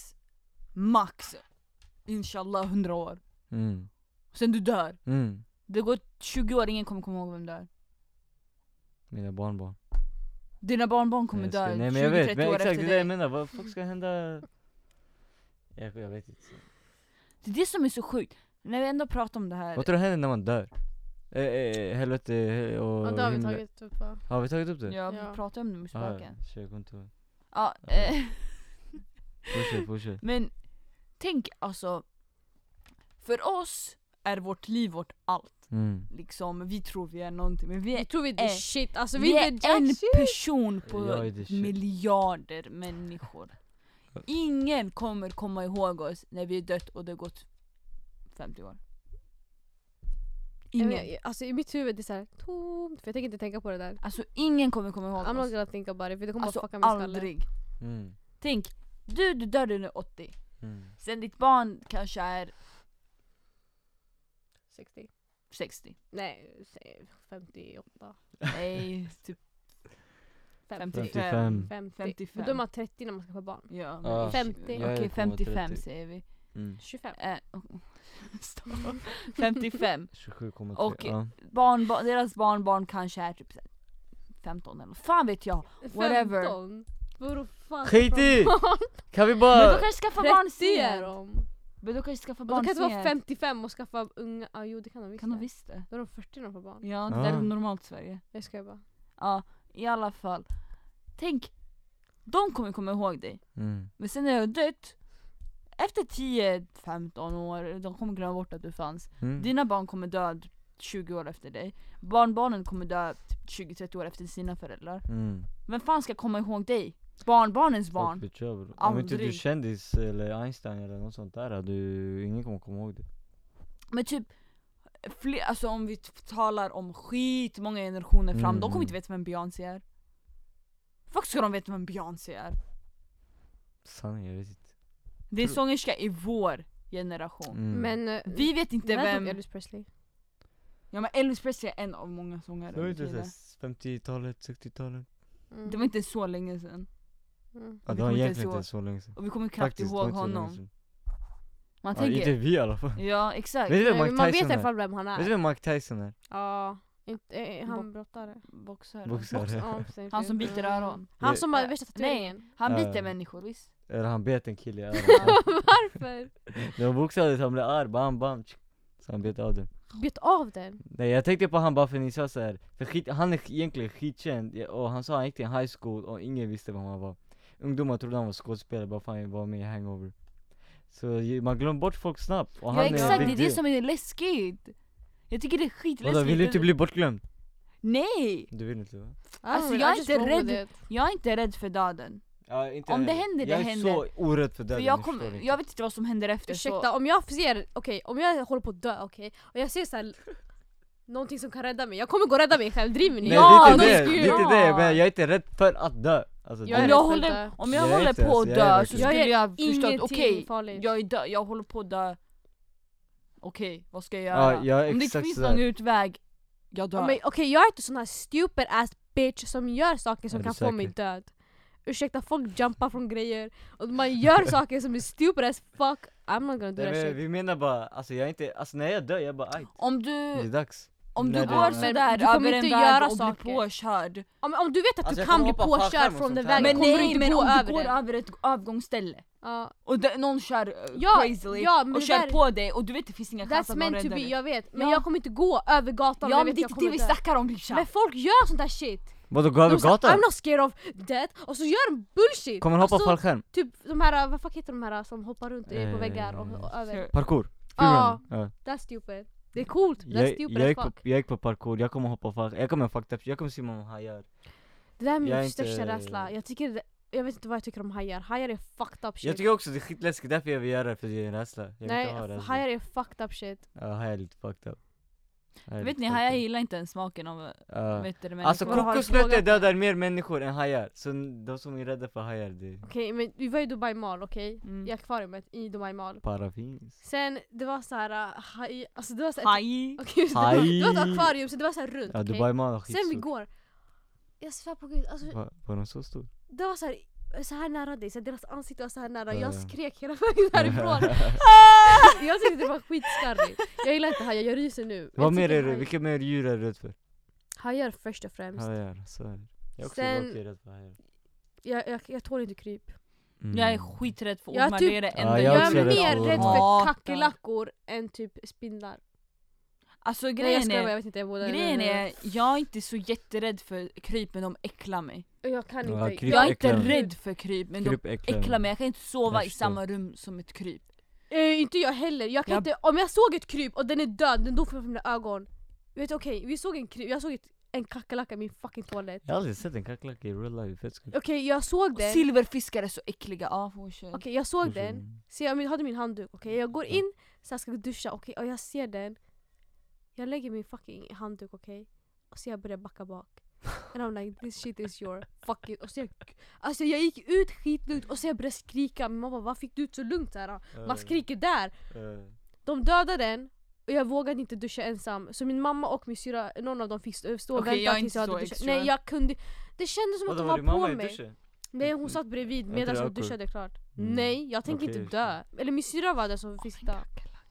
Max inshallah 100 år. Sen du dör. Det går 20 år, ingen kommer komma ihåg vem du är. Mina barnbarn. Dina barnbarn kommer dö 20-30 Nej men jag vet, men år exakt efter det jag dig. menar, vad fuck ska hända? Jag vet inte. Det är det som är så sjukt. När vi ändå pratar om det här. Vad tror du händer när man dör? Helvete och Ja, det har vi himla. tagit upp va? Har vi tagit upp det? Ja, Ja. vi pratar om det med spöken. Kör kontor. Ja, Fortsätt. men tänk alltså, för oss är vårt liv vårt allt. Liksom, vi tror vi är någonting, men vi Vi tror vi är the är- shit, alltså vi vi är är the en shit. person på Jag är the shit. miljarder människor. Ingen kommer komma ihåg oss när vi är dött och det har gått 50 år. Ingen. Alltså i mitt huvud det är såhär tomt, för jag tänker inte tänka på det där. Alltså ingen kommer komma ihåg I'm not oss. gonna think about it, för det kommer Alltså bara fucka min skalle. aldrig. Mm. Tänk, du dör när du är 80. Mm. Sen ditt barn kanske är 60. 60. Nej, säg 58. Nej, typ 50. 55. 50. Men då är man 30 när man ska få barn. Ja, Ja, 50. jag är Okej, på 55 30. säger vi. 25. Stopp. 55. 27,3. Och ja. deras barnbarn kanske är typ 15 eller fan vet jag. Whatever. 15? Vadå fan? Skit i! Kan vi Men bara... då kanske skaffa barn 30 är sen. de. Men då kanske skaffa Och barn de kan inte vara sen. 55 och skaffa unga. Ja, jo det kan de visst. Kan de visst det? Då är de 40 när de får barn. Ja, det Ah. där är normalt i Sverige. Jag skojar bara. Ja, i alla fall. Tänk, de kommer komma ihåg dig. Mm. Men sen när jag har dött, efter 10-15 år, de kommer glömma bort att du fanns. Mm. Dina barn kommer dö 20 år efter dig. Barnbarnen kommer dö 20-30 år efter sina föräldrar. Mm. Vem fan ska komma ihåg dig? Barnens barn. Om inte du kändis eller Einstein eller något sånt där, ingen kommer komma ihåg det. Men typ alltså om vi talar om skit många generationer fram, de kommer inte veta vem Beyoncé är. Fuck ska de veta vem Beyoncé är? Sanning, jag vet inte. Det är sångerska i vår generation. Men vi vet inte vem Elvis Presley. Ja, men Elvis Presley är en av många sångare. Det var inte 50-talet, 60-talet. Det var inte så länge sedan. Ja, det var egentligen inte så länge sedan. Och vi kommer knappt ihåg honom. Man tänker, inte vi i alla fall. Ja, exakt. Vet du vem Mike Tyson man vet i alla fall vem han är. Vet du vem Mike Tyson är? Ja, inte han brottare. Boxare. Han som biter öron. Han som har värsta tatueringen. Nej, han biter människor, visst. Eller han bet en kille i öronen. Varför? Det var boxade, han blev arg, bam. Så han bet av den. Bet av den? Nej, jag tänkte på han bara för ni sa så här. För han är egentligen skitkänd. Och han sa han gick till en high school och ingen visste vem han var. Ungdomar trodde han var skådespelare, bara fan var med i Hangover. Så man glömmer bort folk snabbt. Och ja, exakt, det är det som är läskigt. Jag tycker det är skitläskigt. Vadå, vill du inte bli bortglömd? Nej! Du vill inte, va? Alltså jag är inte rädd för döden. Ja, inte om det händer, det händer. Jag är så orädd för döden. Jag vet inte vad som händer efter. Ursäkta, om jag ser, om jag håller på att dö, och jag ser såhär någonting som kan rädda mig, jag kommer gå och rädda mig själv, driver ni? Nej, ja, det är inte det, men jag är inte rädd för att dö. Alltså, om jag håller på att dö så skulle jag förstå att okej, jag är dö, jag håller på att dö. Okej, vad ska jag göra? Ja, om det inte finns någon utväg, jag dör. Okej, jag är inte sån här stupid ass bitch som gör saker som kan få mig död. Ursäkta, folk jumpar från grejer och man gör saker som är stupid as fuck. I'm not gonna do that shit. Vi menar bara, alltså jag är inte, alltså när jag dör jag bara aj. Det är dags. Om du går sådär över en väg och blir påkörd. Om du vet att du kan bli påkörd från den vägen, men kommer du inte gå över du går över ett avgångsställe och någon kör crazily och kör på dig och du vet det finns inga chanser att någon räddar dig. Jag vet, men jag kommer inte gå över gatan. Ja, men det är inte det vi snackar om, Bisha. Men folk gör sånt där shit. Vadå, gå över gatan? I'm not scared of death. Och så gör de bullshit. Kommer hoppa fallskärm? Typ de här, vad fuck heter de här som hoppar runt på väggar och över? Parkour. That's stupid. Det är coolt, that's stupid as fuck. Jag gick på parkour, jag kommer hoppa fallskärm. Jag kommer fucked up, jag kommer se vad hajar. Det där är min största rädsla. Jag vet inte vad jag tycker om hajar. Hajar är fucked up shit. Jag tycker också det är skitläskigt, därför jag vill göra det, för det är en rädsla. Nej, hajar är fucked up shit. Ja, hajar är lite fucked up. Vet ni, hajar gillar inte ens smaken av alltså kokosnötter dödar mer människor än hajar. Så de som är rädda för hajar det... Okej, men vi var i Dubai Mall, i akvariet i Dubai Mall. Parafins. Sen det var såhär alltså det var så haj. Det var ett akvarium så det var så här runt. Ja, Dubai Mall var skitstor. Sen vi går. Jag svär på Gud, alltså var de så stor? Det var så här nära dig, så deras ansikte var så här nära. Jag skrek hela vägen därifrån. Jag tyckte det var skitskarrigt. Jag gillar inte hajar, jag ryser nu. Vad mer är du? Vilka mer djur är du rädd för? Hajar först och främst. Hajar, så är det. Jag är också rädd för hajar. Jag tål inte kryp. Jag är skiträdd för ormar, det är det enda jag är mer rädd för kackerlackor än typ spindlar. Alltså grejen är, jag är inte så jätterädd för kryp, men de äcklar mig. Jag kan inte. Jag är inte rädd för kryp, men de äcklar mig. Jag kan inte sova i samma rum som ett kryp. Inte jag heller. Jag kan inte, om jag såg ett kryp och den är död, den dog från mina ögon. Vet du, vi såg en kryp, jag såg en kackerlacka i min fucking toalett. Jag har aldrig sett en kackerlacka i real life. Okej, jag såg den. Silverfiskar är så äckliga. Okej, jag såg den. Så jag hade min handduk. Okej, jag går in så jag ska duscha. Okej, och jag ser den. Jag lägger min fucking handduk, och så jag börjar backa bak. And I'm like, this shit is your fucking... Och så jag gick ut skitlugnt och så jag började skrika. Min mamma, vad fick du ut så lugnt så här? Man skriker där. De dödade den och jag vågade inte duscha ensam. Så min mamma och min syra, någon av dem fick stå och vänta tills jag hade duschat. Nej, jag kunde... Det kändes som att de var på mig. Nej, hon satt bredvid medan jag duschade klart. Nej, jag tänker inte dö. Eller min syra var där som fick sitta.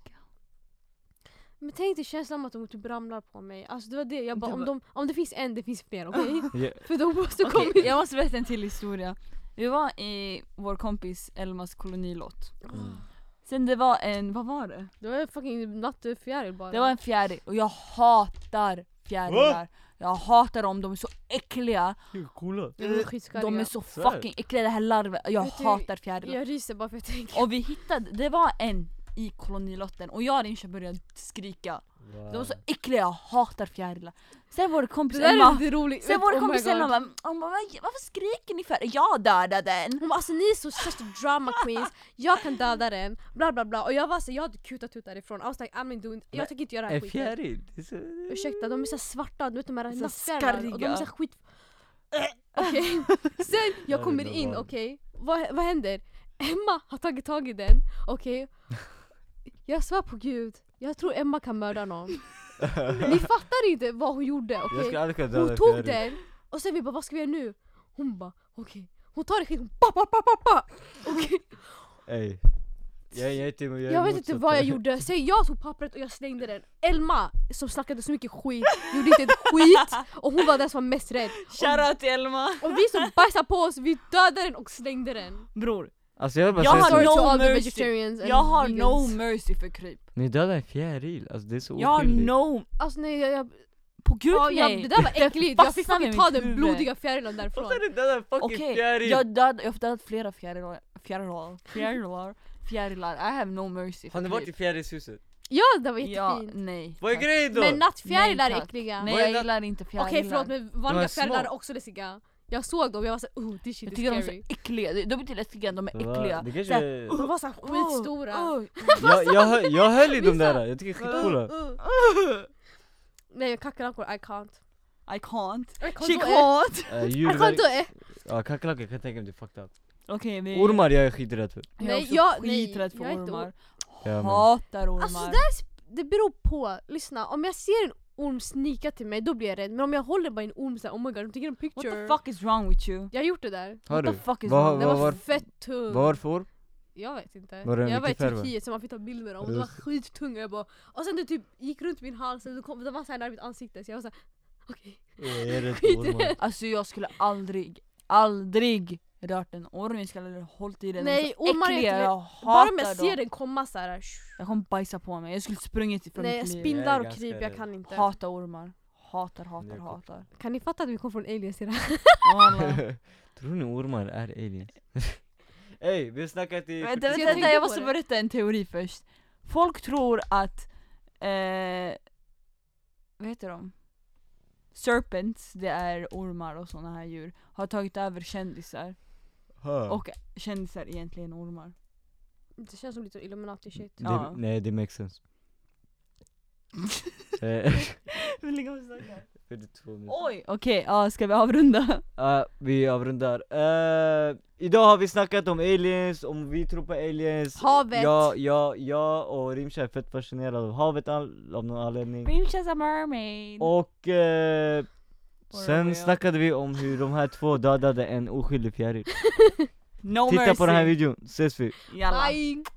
Men tänk dig känslan att de typ ramlar på mig. Alltså det var det, jag bara, om det finns en, det finns fler, För de måste komma in. Jag måste berätta en till historia. Vi var i vår kompis Elmas kolonilott. Sen det var vad var det? Det var en fucking nattfjäril bara. Det var en fjäril och jag hatar fjärilar. Jag hatar dem, de är så äckliga. De är så fucking äckliga, det här larver. Jag hatar fjärilar. Jag ryser bara för att jag tänker. Och vi hittade, det var en i kolonilotten och jag och Rinsha började skrika. Wow. De var så äckliga, jag hatar fjärilar. Sen var det kompis Det där är Emma. lite roligt. Sen var det kompis my God. Emma. Hon bara, varför skriker ni för? Jag dödade den. Hon bara, alltså ni är så största drama queens, jag kan döda den, bla bla bla. Och jag var så, jag hade kutat ut därifrån. I was like, I'm doing, jag tänker inte göra det här En skiten. fjäril? Ursäkta, de är så svarta, du vet de här Så nattfjärilarna. Och de är så skarriga. skit... Okej, sen jag Ja, kommer det är in, bra. okej. Vad händer? Emma har tagit tag i den, okej. Jag svär på Gud, jag tror Emma kan mörda någon. Ni fattar inte vad hon gjorde, Jag okej. ska aldrig kunna döda Hon en tog fjäril. den, och sen vi bara, vad ska vi göra nu? Hon bara, okej. Hon tar det skit, pa. Okej. Ey. Jag är inte emot Jag vet inte vad jag gjorde, så jag tog pappret och jag slängde den. Elma, som snackade så mycket skit, gjorde inte ett skit. Och hon var den som var mest rädd. Shoutout till Elma. Och vi som bajsade på oss, vi dödade den och slängde den. Bror, Alltså jag vill bara Jag säga har så. Sorry no to all the mercy. vegetarians and jag har vegans. no mercy för kryp. Ni dödade en fjäril, alltså det är så Jag har oskyldigt. no... Alltså nej, jag På gud ja, nej. det där var äckligt. Jag fick fastnade fucking i ta mitt den huvud. blodiga fjärilen därifrån. Och sen är det döda en fucking Okej, fjäril! jag har dödat flera fjärilar. I have no mercy för Har ni varit i kryp. fjärilshuset? Ja, det var Ja, jättefint. nej. Vad är tack. grejen då? Men nattfjärilar Nej, är tack. äckliga. Nej Vad är jag gillar inte fjärilar. Okej förlåt, men De vanliga är små. fjärilar är också läskiga. Jag såg dem, jag var såhär, this shit Jag is tycker de är scary. så äckliga, de är inte läskiga, de är Va? äckliga. Det Så här, kanske... De var såhär skitstora. Jag höll i dem Vissa- där, jag tycker det är skitcoola. Nej, kackerlackor, I can't. I can't. I can't She do it. can't. Djur I can't do it. Ja, kackerlackor kan jag tänka mig det är fucked up. Okej, vi... Ormar jag är skiträdd för. Jag är Nej, också nej, skiträdd för jag är inte ormar. Ja, men- Hatar ormar. Alltså det beror på, lyssna, om jag ser en orm snika till mig då blir jag rädd. Men om jag håller bara en orm såhär, oh my god, I'm taking a What picture. the fuck is wrong with you? Jag har gjort det där. Har What du? the fuck is Vad- wrong? Det vad var var- fett tung. Vad var det för orm? Jag vet inte. Var det en Jag var i riktig färg, va? Turkiet så man fick ta bild med dem och det var skittung och jag bara... Och sen det typ gick runt min hals och det var såhär nära mitt ansikte så jag var såhär, okej. Jag är rädd för ormar. Alltså jag skulle aldrig rört en orm, jag skulle aldrig hållit i den. Nej, De är så ormar är äckliga, jätte- jag Bara om jag hatar ser dem. den komma såhär. Jag kommer bajsa på mig, jag skulle sprungit ifrån Nej, mitt liv. spindlar Jag är och ganska kryp, jag rädd. kan inte. Hatar ormar. Hatar. Kan ni fatta att vi kom från aliens till det här? Wallah. Tror ni ormar är aliens? Ey, vi har snackat i... Vänta, jag tänkte jag på måste det. berätta en teori först. Folk tror att vad heter de? Serpents, det är ormar och såna här djur, har tagit över kändisar. Och kändisar är egentligen ormar. Det känns som lite Illuminati shit. Ja. Nej, det makes sense. Hur länge har vi snackat? 42 minuter. Oj, okej, ja, ska vi avrunda? Vi avrundar. Idag har vi snackat om aliens, om vi tror på aliens. Havet. Ja, och Rimsha är fett fascinerad av havet av någon anledning. Princess a mermaid. Och sen whale. snackade vi om hur de här två dödade en oskyldig fjäril. No Titta mercy. på den här videon, ses vi. Jalla. Bye!